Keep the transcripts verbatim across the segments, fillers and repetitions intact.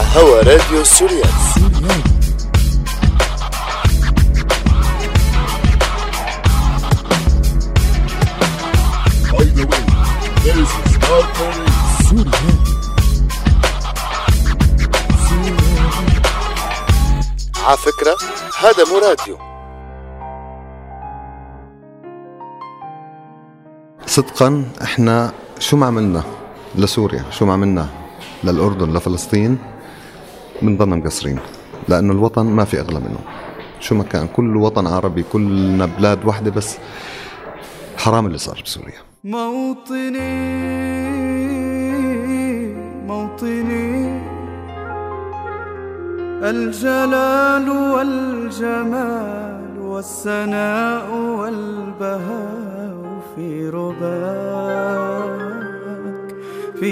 هوا راديو سوريالي. By the way, this is Arthur Suriani. على فكرة هذا مو راديو. صدقا احنا شو ما عملنا لسوريا، شو ما عملنا للأردن، لفلسطين، بنضلنا مقصرين، لأنه الوطن ما في أغلى منه. شو ما كان كل وطن عربي، كلنا بلاد واحدة، بس حرام اللي صار بسوريا. موطني موطني الجلال والجمال والسناء والبهاء في رباك في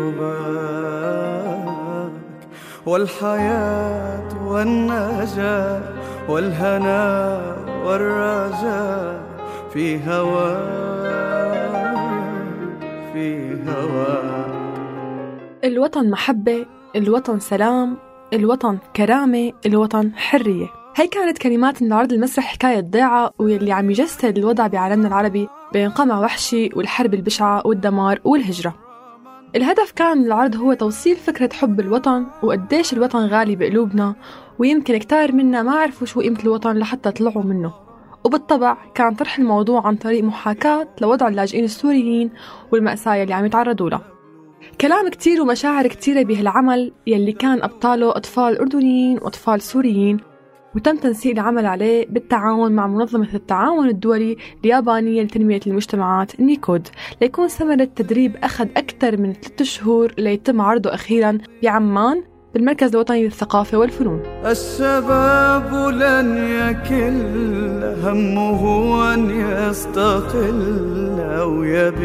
رباك، والحياة والنجاة والهناء والرجاء في هواك في هواك. الوطن محبة، الوطن سلام، الوطن كرامة، الوطن حرية. هاي كانت كلمات من عرض المسرح حكاية ضيعة، واللي عم يجسد الوضع بعالمنا العربي بين قمع وحشي والحرب البشعة والدمار والهجرة. الهدف كان من العرض هو توصيل فكرة حب الوطن وقديش الوطن غالي بقلوبنا، ويمكن كتار منا ما عرفوا شو قيمة الوطن لحتى طلعوا منه. وبالطبع كان طرح الموضوع عن طريق محاكاة لوضع اللاجئين السوريين والمأساة اللي عم يتعرضوا لها. كلام كتير ومشاعر كتيرة بهالعمل يلي كان أبطاله أطفال أردنيين وأطفال سوريين، وتم تنسيق العمل عليه بالتعاون مع منظمة التعاون الدولي اليابانية لتنمية المجتمعات نيكود، ليكون ثمرة التدريب أخذ أكثر من ثلاثة شهور ليتم عرضه أخيراً بعمان بالمركز الوطني للثقافة والفنون. الشباب لن يكل همه أن يستقل أو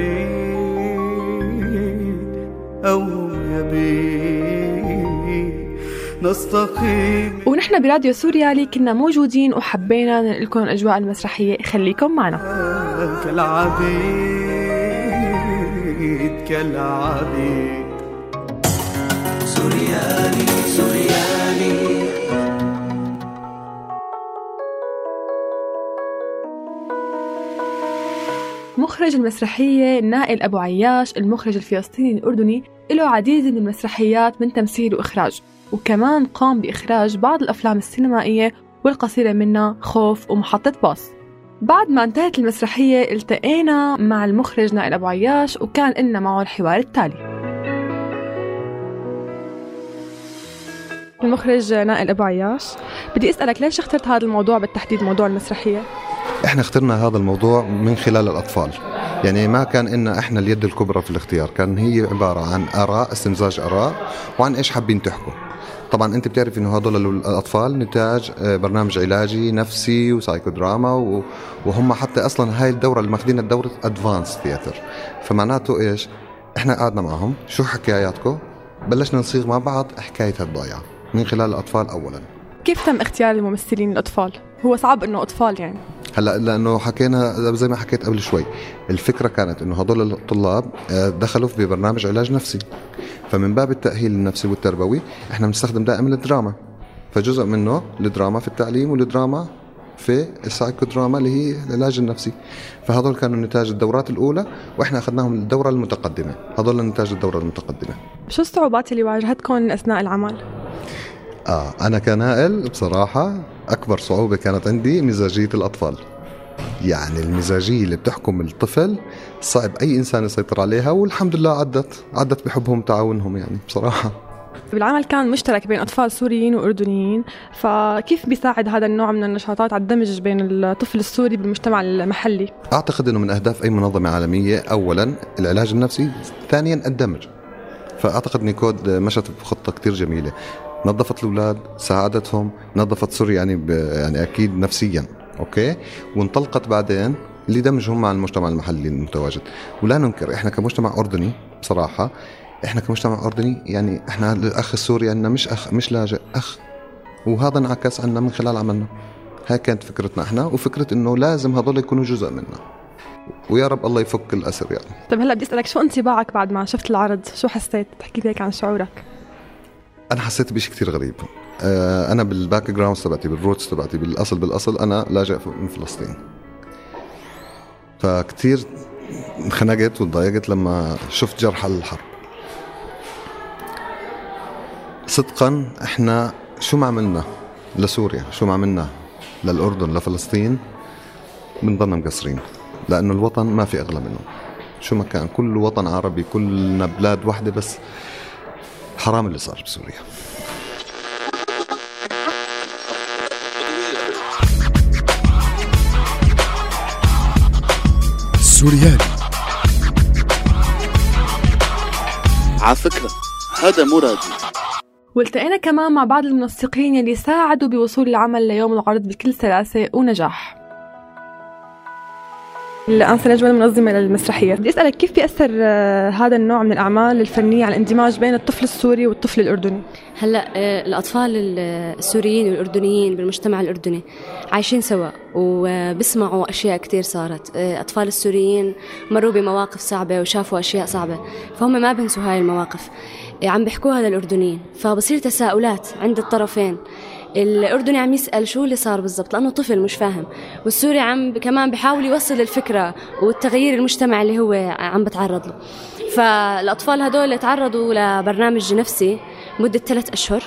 يبيد أو يبيد نستقيم. ونحن براديو سوريالي كنا موجودين وحبينا ننقلكم الأجواء المسرحية، خليكم معنا. كالعبيد كالعبيد سوريالي سوريالي. مخرج المسرحية نائل أبو عياش، المخرج الفلسطيني الأردني، له عديد من المسرحيات من تمثيل وإخراج، وكمان قام بإخراج بعض الأفلام السينمائية والقصيرة منها خوف ومحطة باص. بعد ما انتهت المسرحية التقينا مع المخرج نائل أبو عياش، وكان لنا معه الحوار التالي. المخرج نائل أبو عياش، بدي أسألك ليش اخترت هذا الموضوع بالتحديد، موضوع المسرحية؟ احنا اخترنا هذا الموضوع من خلال الأطفال، يعني ما كان إننا احنا اليد الكبرى في الاختيار، كان هي عبارة عن آراء، استمزاج آراء، وعن إيش حابين تحكوا. طبعا أنت بتعرف إنه هذول الأطفال نتاج برنامج علاجي نفسي وسايكودراما، وهم حتى أصلا هاي الدورة اللي ماخدين الدورة أدفانس ثياتر، فمعناته إيش؟ احنا قعدنا معهم، شو حكاياتكم؟ بلشنا نصيغ مع بعض حكاية الضايعة من خلال الأطفال أولا. كيف تم اختيار الممثلين الأطفال؟ هو صعب إنه أطفال يعني؟ هلا لأنه حكينا زي ما حكيت قبل شوي، الفكرة كانت إنه هذول الطلاب دخلوا في برنامج علاج نفسي، فمن باب التأهيل النفسي والتربوي إحنا بنستخدم دائما الدراما، فجزء منه الدراما في التعليم والدراما في السايكودراما اللي هي العلاج النفسي. فهذول كانوا نتاج الدورات الأولى، وإحنا أخذناهم الدورة المتقدمة، هذول نتاج الدورة المتقدمة. شو الصعوبات اللي واجهتكم أثناء العمل؟ آه أنا كنائل بصراحة أكبر صعوبة كانت عندي مزاجية الأطفال، يعني المزاجية اللي بتحكم الطفل صعب أي إنسان يسيطر عليها، والحمد لله عدت عدت بحبهم وتعاونهم يعني بصراحة. بالعمل كان مشترك بين أطفال سوريين وأردنيين، فكيف بيساعد هذا النوع من النشاطات على الدمج بين الطفل السوري بالمجتمع المحلي؟ أعتقد أنه من أهداف أي منظمة عالمية أولا العلاج النفسي، ثانيا الدمج. فأعتقد نيكود مشت بخطة كتير جميلة، نظفت الأولاد، ساعدتهم، نظفت سوريا يعني يعني أكيد نفسيا، أوكي، وانطلقت بعدين لدمجهم مع المجتمع المحلي المتواجد. ولا ننكر إحنا كمجتمع أردني بصراحة، إحنا كمجتمع أردني يعني إحنا الأخ السوري عندنا مش أخ مش لاجئ، أخ، وهذا انعكس عنا من خلال عملنا. هاي كانت فكرتنا إحنا، وفكرة إنه لازم هذول يكونوا جزء منا، ويا رب الله يفك الأسر يعني. طيب هلا بدي أسألك شو انطباعك بعد ما شفت العرض؟ شو حسيت؟ تحكي لي عن شعورك. أنا حسيت بشيء كتير غريب. أنا بالباك جراوند تبعتي، بالروتس تبعتي، بالأصل بالأصل أنا لاجئ من فلسطين. فكتير انخنقت وتضايقت لما شفت جرح الحرب. صدقا احنا شو ما عملنا لسوريا، شو ما عملنا للأردن، لفلسطين، بنضلنا مقصرين، لأنه الوطن ما في أغلى منه. شو ما كان كل وطن عربي، كلنا بلاد واحدة، بس حرام اللي صار بسوريا. سوريالي على فكرة هذا مرادي. والتقينا كمان مع بعض المنسقين يلي ساعدوا بوصول العمل ليوم العرض بكل سلاسة ونجاح. الأنسة نجمة المنظمة للمسرحية، بدي أسألك كيف بيأثر هذا النوع من الأعمال الفنية على الاندماج بين الطفل السوري والطفل الأردني؟ هلأ الأطفال السوريين والأردنيين بالمجتمع الأردني عايشين سوا وبسمعوا أشياء كتير صارت. أطفال السوريين مروا بمواقف صعبة وشافوا أشياء صعبة، فهم ما بنسوا هاي المواقف، عم بيحكوها للأردنيين، فبصير تساؤلات عند الطرفين. الأردني عم يسأل شو اللي صار بالضبط لأنه طفل مش فاهم، والسوري عم كمان بيحاول يوصل الفكرة والتغيير المجتمع اللي هو عم بتعرض له. فالأطفال هدول تعرضوا لبرنامج نفسي مدة ثلاث أشهر.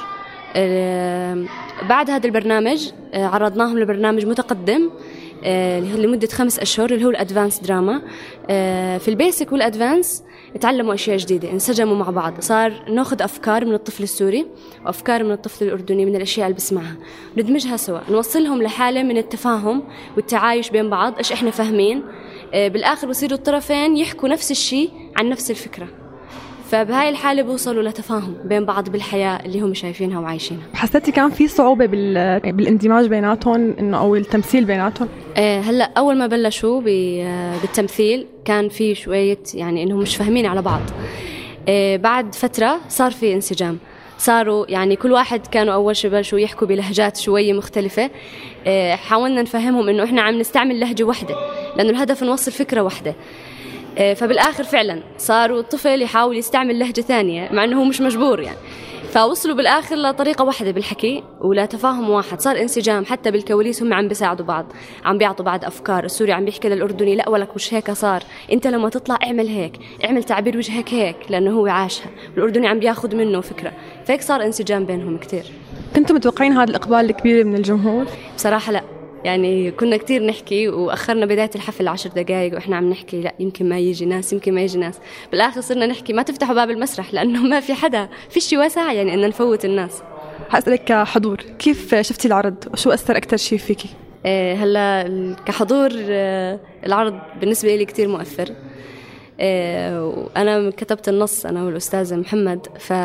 بعد هذا البرنامج عرضناهم لبرنامج متقدم لمدة خمس أشهر اللي هو الأدفانس دراما. في البيسك والأدفانس تعلموا أشياء جديدة، انسجموا مع بعض، صار ناخذ أفكار من الطفل السوري وأفكار من الطفل الأردني من الأشياء اللي بسمعها ندمجها سوا، نوصلهم لحالة من التفاهم والتعايش بين بعض، إيش إحنا فاهمين. بالآخر بصيروا الطرفين يحكوا نفس الشيء عن نفس الفكرة، فبهاي الحالة بوصلوا لتفاهم بين بعض بالحياة اللي هم شايفينها وعايشينها. حسيتي كان في صعوبة بال... بالاندماج بيناتهم إنه أو التمثيل بيناتهم؟ آه هلأ أول ما بلشوا بالتمثيل كان في شوية يعني إنهم مش فاهمين على بعض. آه بعد فترة صار في انسجام، صاروا يعني كل واحد كانوا أول شيء بلشوا يحكوا بلهجات شوية مختلفة. آه حاولنا نفهمهم إنه إحنا عم نستعمل لهجة واحدة لأنه الهدف نوصل فكرة واحدة. فبالآخر فعلا صاروا الطفل يحاول يستعمل لهجة ثانية مع أنه مش مجبور يعني، فوصلوا بالآخر لطريقة واحدة بالحكي ولا تفاهم واحد، صار انسجام. حتى بالكواليس هم عم بيساعدوا بعض، عم بيعطوا بعض أفكار. السوري عم بيحكي للأردني لا ولك مش هيك صار، أنت لما تطلع اعمل هيك، اعمل تعبير وجهك هيك لأنه هو عاشها، والأردني عم بياخد منه فكرة، فهيك صار انسجام بينهم كتير. كنتوا متوقعين هذا الإقبال الكبير من الجمهور؟ بصراحة لا، يعني كنا كتير نحكي وأخرنا بداية الحفل عشر دقايق وإحنا عم نحكي لا يمكن ما يجي ناس، يمكن ما يجي ناس. بالآخر صرنا نحكي ما تفتحوا باب المسرح لأنه ما في حدا، في شي واسع يعني إن نفوت الناس. حأسألك كحضور كيف شفتي العرض؟ شو أثر أكتر شيء فيكي؟ إيه هلا كحضور العرض بالنسبة لي كتير مؤثر. إيه وأنا كتبت النص أنا والأستاذ محمد،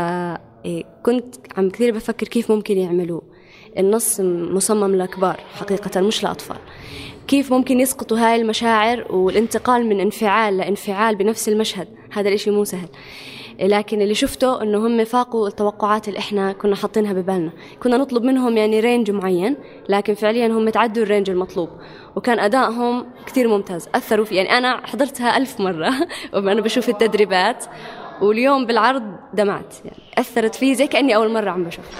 فكنت عم كثير بفكر كيف ممكن يعملوه. النص مصمم لكبار حقيقة مش لأطفال، كيف ممكن يسقطوا هاي المشاعر والانتقال من انفعال لانفعال بنفس المشهد، هذا الاشي مو سهل. لكن اللي شفته انه هم فاقوا التوقعات اللي احنا كنا حاطينها ببالنا، كنا نطلب منهم يعني رينج معين لكن فعليا هم تعدوا الرينج المطلوب، وكان ادائهم كتير ممتاز، اثروا في يعني انا حضرتها ألف مرة وانا بشوف التدريبات، واليوم بالعرض دمعت يعني اثرت فيه زي كأني اول مرة عم بشوف.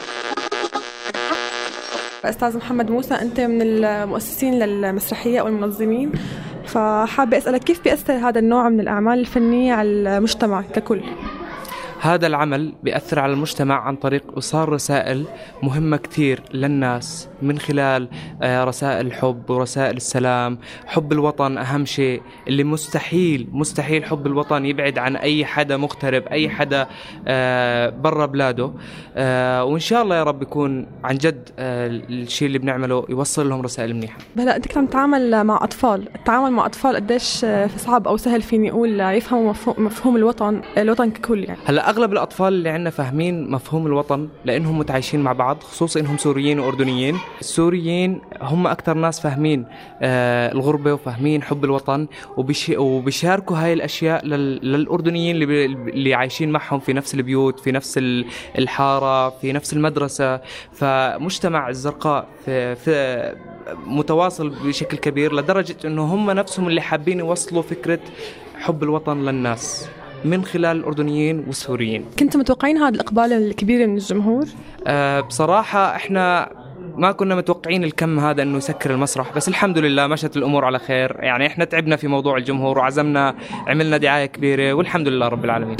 أستاذ محمد موسى، أنت من المؤسسين للمسرحية والمنظمين، فحابة أسألك كيف بيأثر هذا النوع من الأعمال الفنية على المجتمع ككل؟ هذا العمل بيأثر على المجتمع عن طريق إيصال رسائل مهمة كتير للناس من خلال رسائل الحب ورسائل السلام. حب الوطن أهم شيء، اللي مستحيل مستحيل حب الوطن يبعد عن أي حدا مغترب، أي حدا برا بلاده. وإن شاء الله يا رب يكون عن جد الشيء اللي بنعمله يوصل لهم رسائل منيحة. هلا أنت كنت تتعامل مع أطفال، التعامل مع أطفال قديش صعب أو سهل فيني أقول يفهموا مفهوم الوطن الوطن ككل يعني؟ هلا أغلب الأطفال اللي عندنا فاهمين مفهوم الوطن لأنهم متعايشين مع بعض، خصوصا إنهم سوريين وأردنيين. السوريين هم أكتر ناس فاهمين آه الغربة وفاهمين حب الوطن، وبيش وبيشاركوا هاي الأشياء لل للأردنيين اللي, اللي عايشين معهم في نفس البيوت، في نفس الحارة، في نفس المدرسة. فمجتمع الزرقاء في, في متواصل بشكل كبير لدرجة إنه هم نفسهم اللي حابين يوصلوا فكرة حب الوطن للناس. من خلال الأردنيين والسوريين. كنتوا متوقعين هذا الإقبال الكبير من الجمهور؟ أه بصراحة إحنا ما كنا متوقعين الكم هذا إنه يسكر المسرح، بس الحمد لله مشت الأمور على خير. يعني إحنا تعبنا في موضوع الجمهور وعزمنا، عملنا دعاية كبيرة والحمد لله رب العالمين.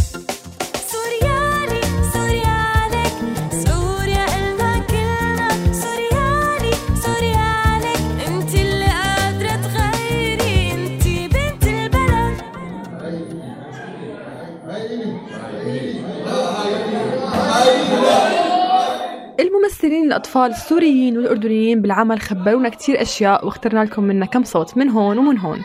الممثلين الأطفال السوريين والأردنيين بالعمل خبرونا كتير أشياء واخترنا لكم منها كم صوت من هون ومن هون.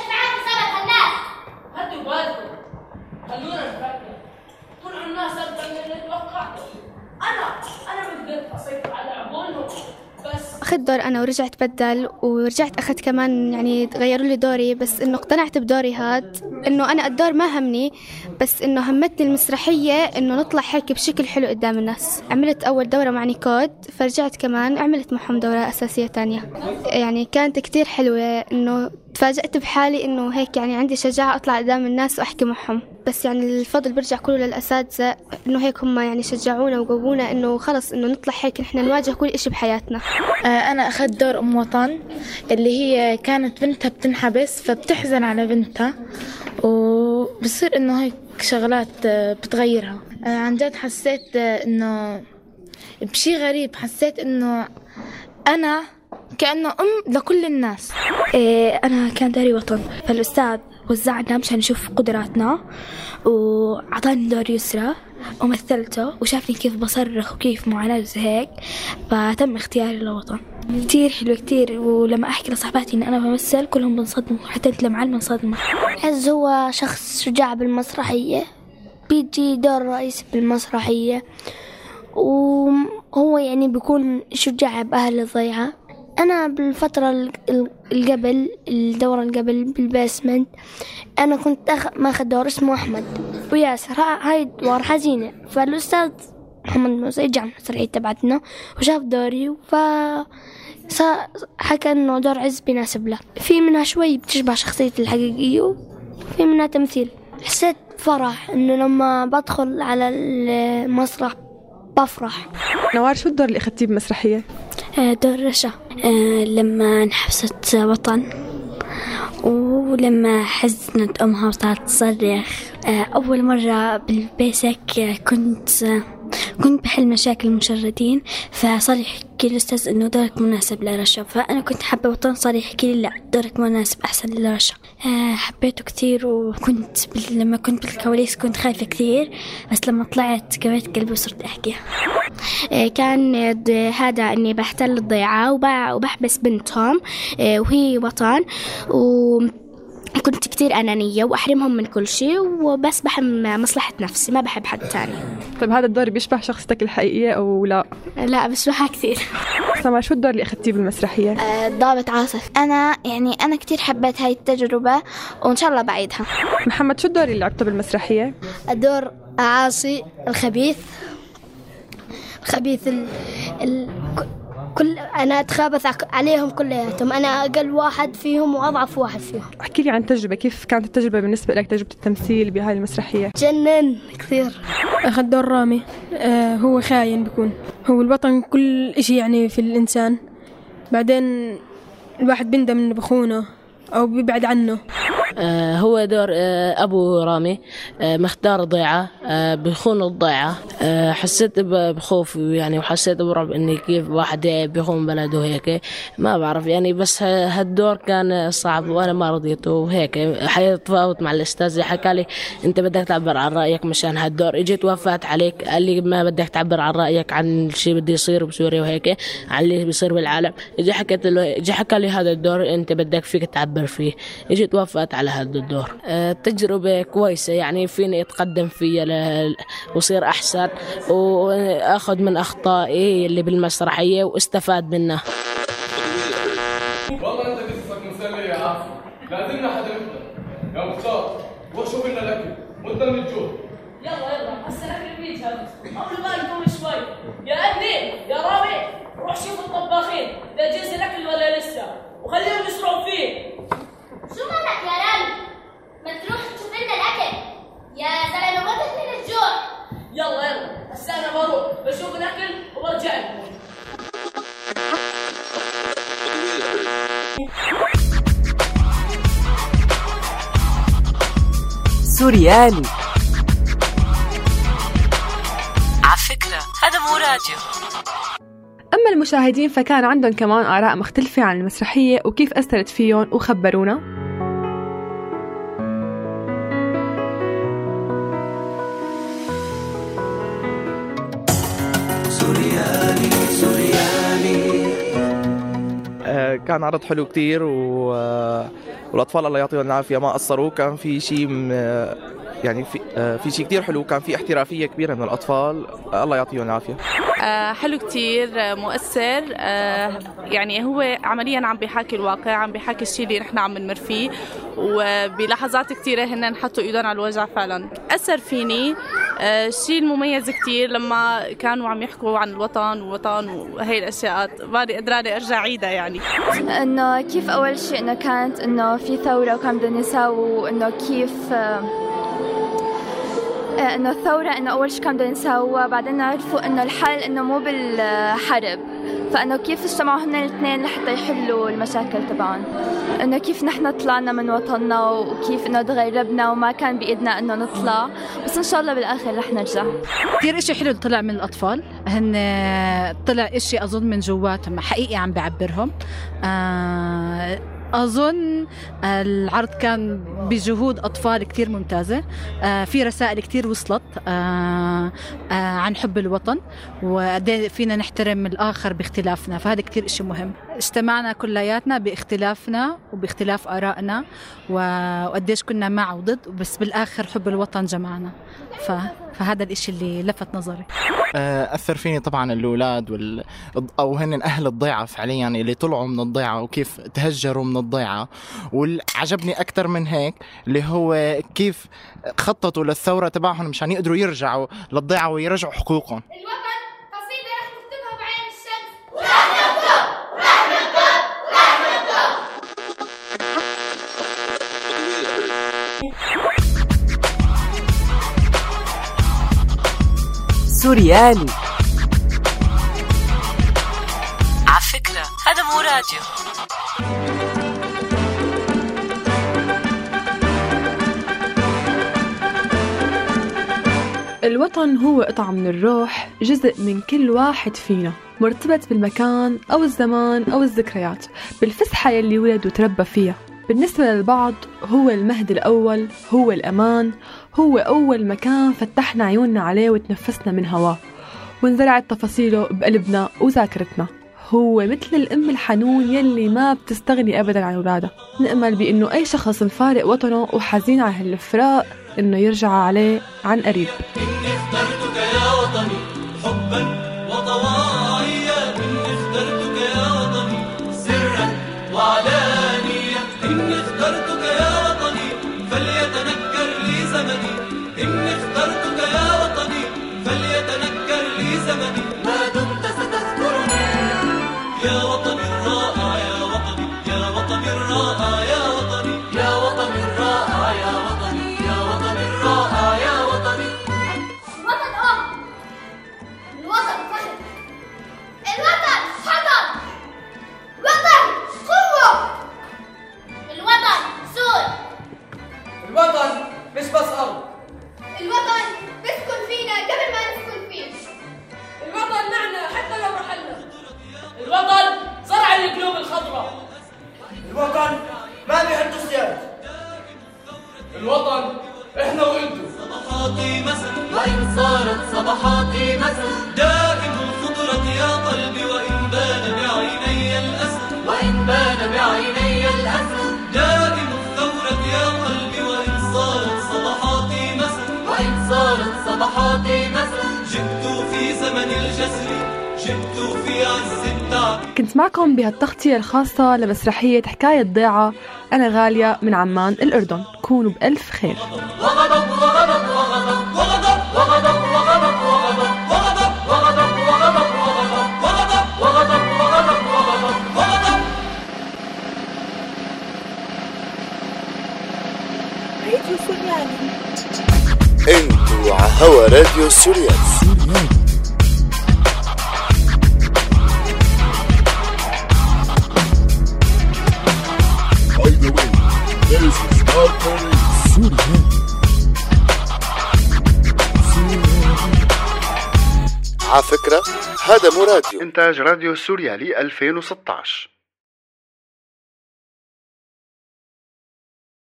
أخذت دور أنا ورجعت بدل ورجعت أخذت كمان، يعني غيروا لي دوري، بس إنه اقتنعت بدوري هاد، إنه أنا الدور ما همني، بس إنه همتني المسرحية إنه نطلع هيك بشكل حلو قدام الناس. عملت أول دورة مع نيكود، فرجعت كمان عملت معهم دورة أساسية تانية، يعني كانت كتير حلوة. إنه تفاجأت بحالي إنه هيك يعني عندي شجاعة أطلع قدام الناس وأحكي معهم، بس يعني الفضل برجع كله للأساتذة، إنه هيك هم يعني شجعونا وقوونا إنه خلص إنه نطلع هيك نحن نواجه كل إشي بحياتنا. أنا أخذت دور أم وطن، اللي هي كانت بنتها بتنحبس فبتحزن على بنتها وبصير إنه هيك شغلات بتغيرها. عن جد حسيت إنه بشي غريب، حسيت إنه أنا كأنه أم لكل الناس. أنا كان دوري وطن، فالأستاذ وزعنا مشان نشوف قدراتنا وعطاني دور يسرى ومثلته وشافني كيف بصرخ وكيف معاناة هيك، فتم اختياري للوطن. كتير حلو كتير، ولما أحكي لصحباتي إن أنا بمثل كلهم بنصدموا، حتى أنت لمعلم بنصدموا. عز هو شخص شجاع بالمسرحية، بيجي دور رئيس بالمسرحية، وهو يعني بيكون شجاع بأهل الضيعة. أنا بالفترة القبل الدورة القبل بالباسمنت أنا كنت ماخذ دور اسمه أحمد وياسر، هاي دور حزينة، فالأستاذ محمد موسى إجا على المسرحية تبعتنا وشاف دوري فحكى إنه دور عز بيناسب له، في منها شوي بتشبه شخصيتي الحقيقية وفي منها تمثيل. حسيت فرح إنه لما بدخل على المسرح بفرح. نوار، شو الدور اللي أخذتيه بالمسرحية؟ دور رشا لما انحبست وطن، ولما حزنت أمها وصارت تصرخ. أول مرة بالبيسك كنت كنت بحل مشاكل المشردين، فصار يحكي الأستاذ إنه دورك مناسب لرشا، فأنا كنت حابة وطن، صار يحكي لي لا دورك مناسب أحسن لرشا. حبيته كتير، وكنت لما كنت بالكواليس كنت خايفة كتير، بس لما طلعت قويت قلبي وصرت أحكي. كان هذا إني بحتل الضيعة وبحبس بنتهم وهي وطن، و كنت كتير أنانية وأحرمهم من كل شيء، وبس بحب مصلحة نفسي، ما بحب حد تاني. طيب هذا الدور بيشبه شخصيتك الحقيقية أو لا؟ لا بشبهها كثير. سما، شو الدور اللي أخذتيه بالمسرحية؟ آه ضابط عاصف. أنا يعني أنا كتير حبيت هاي التجربة وإن شاء الله بعيدها. محمد، شو الدور اللي لعبته بالمسرحية؟ الدور عاصي الخبيث الخبيث ال... ال... كل أنا أتخابث عليهم كلياتهم، أنا أقل واحد فيهم وأضعف واحد فيهم. احكي لي عن تجربة، كيف كانت التجربة بالنسبة لك، تجربة التمثيل بهاي المسرحية؟ جنن كثير. أخذ دور رامي، آه هو خاين، بيكون هو الوطن كل إشي يعني في الإنسان، بعدين الواحد بندم إنه بخونه أو بيبعد عنه. آه هو دور آه أبو رامي، آه مختار ضيعة، آه بيخون الضيعة. آه حسيت بخوف يعني، وحسيت برعب إني كيف واحد بيخون بلده هيك، ما بعرف يعني، بس هالدور كان صعب وأنا ما رضيته وهيك. حيتفاوت مع الأستاذ، حكى لي أنت بدك تعبر عن رأيك مشان هالدور، إجيت وفات عليك، قال لي ما بدك تعبر عن رأيك عن الشيء بده يصير بسوريا وهيك، عن اللي بيصير بالعالم. إجي حكيت له، إجي حكى لي هذا الدور أنت بدك فيك تعبر فيه، إجيت وفات على هذا الدور. أه تجربة كويسة يعني، فيني أتقدم فيها ل... وصير أحسن، وأخذ من أخطائي اللي بالمسرحية واستفاد منها. والله أنت قصتك مسلية يا عاصم، لازمنا حدا يبدأ. يا مختار روح شوف لنا الأكل، مدة من الجوع. يلا يلا هسه الأكل بيجهز، قبل ما نقوم شوي. يا أدني يا رامي، روح شوف الطباخين إذا جهز الأكل ولا لسه، وخليهم يسرعوا فيه. شو مالك يا رامي؟ ما تروح تشوف لنا الأكل يا سوريالي. عفكرة هذا مو راديو. أما المشاهدين فكان عندهم كمان آراء مختلفة عن المسرحية وكيف أثرت فيهم وخبرونا. سوريالي سوريالي. آه كان عرض حلو كتير و... والأطفال الله يعطيهم العافية ما قصروا. كان في شيء م... يعني في آه في شيء كتير حلو. كان في احترافية كبيرة من الأطفال الله يعطيهم العافية. آه حلو كتير آه مؤثر. آه يعني هو عمليا عم بيحاكي الواقع، عم بيحاكي الشيء اللي نحن عم نمر فيه، وبلحظات كتيرة هن حطوا ايدهم على الوجع فعلا. أثر فيني آه الشيء المميز كتير لما كانوا عم يحكوا عن الوطن ووطن وهي الأشياء، ماني قدرانة أرجع عيدها. يعني إنه كيف أول شيء إنه كانت إنه في ثورة وكان بدهم يساووا إنه كيف آه انه الثورة انه اول شيء كان بدهم يساووها، بعدين عرفوا انه الحل انه مو بالحرب، فانه كيف اجتمعوا هن الاثنين لحتى يحلوا المشاكل تبعهم، انه كيف نحن طلعنا من وطننا وكيف انه تغربنا وما كان بايدنا انه نطلع، بس ان شاء الله بالاخر رح نرجع. كثير اشي حلو طلع من الاطفال، هن طلع اشي اظن من جواتهم حقيقي عم بعبرهم. آه أظن العرض كان بجهود أطفال كتير ممتازة. في رسائل كتير وصلت عن حب الوطن وقد فينا نحترم الآخر باختلافنا، فهذا كتير إشي مهم. اجتمعنا كلياتنا باختلافنا وباختلاف آرائنا وقديش كنا مع وضد، بس بالآخر حب الوطن جمعنا، فهذا الإشي اللي لفت نظري. أثر فيني طبعا الأولاد وال... أو هن أهل الضيعة فعليا اللي طلعوا من الضيعة وكيف تهجروا من الضيعة، والعجبني أكتر من هيك اللي هو كيف خططوا للثورة تبعهم مشان يقدروا يرجعوا للضيعة ويرجعوا حقوقهم. الوطن قصيدة رح نكتبها بعين الشمس ورح نكتب ورح نكتب ورح نكتب. سوريالي. عفكرة هذا مو راديو. الوطن هو قطعة من الروح، جزء من كل واحد فينا، مرتبط بالمكان أو الزمان أو الذكريات، بالفسحة يلي ولد وتربى فيها. بالنسبة للبعض هو المهد الأول، هو الأمان، هو أول مكان فتحنا عيوننا عليه وتنفسنا من هواه وانزرعت تفاصيله بقلبنا وذاكرتنا. هو مثل الأم الحنون يلي ما بتستغني أبدا عن أولادها. نأمل بأنه أي شخص مفارق وطنه وحزين على هالفراق إنه يرجع عليه عن قريب. إني اخترتك يا وطني حبا وطواعيا، إني اخترتك يا وطني سرا وعلانيا، إني اخترتك يا وطني فليتنكر لي زمني، إني اخترتك يا وطني فليتنكر لي زمني، ما دمت ستذكرني يا وطني الرائع يا وطني يا وطني الرائع يا وطني يا وطني الرائع يا وطني يا وطني الرائع يا وطني. الوطن أم، الوطن فخر، الوطن حضر، الوطن قوة، الوطن سور، الوطن مش بس أرض، الوطن بسكن فينا قبل ما نسكن فيه، الوطن معنا حتى لو رحلنا، الوطن زرع القلوب الخضراء، الوطن ما بيحب الصياد، الوطن احنا وانتو. صباحاتي مسا وإن صارت صباحاتي مسا، دائم الخضرة يا قلبي وإن بان بعيني الأسد، وإن بان بعيني الأسد، دائم الثورة يا قلبي وإن صارت صباحاتي مسا، وإن صارت صباحاتي مسا، جئت في زمن الجسر، جئت في عز التعب. كنت معكم بهالتغطية الخاصة لمسرحية حكاية ضيعة. أنا غالية من عمان الأردن، كونوا بألف خير. وغضب وغضب وغضب وغضب وغضب وغضب وغضب وغضب وغضب وغضب وغضب وغضب وغضب وغضب وغضب. راديو سوريالي. انتوا على هوا راديو سوريالي. على فكرة هذا مو راديو. إنتاج راديو سوريالي ألفين وستة عشر.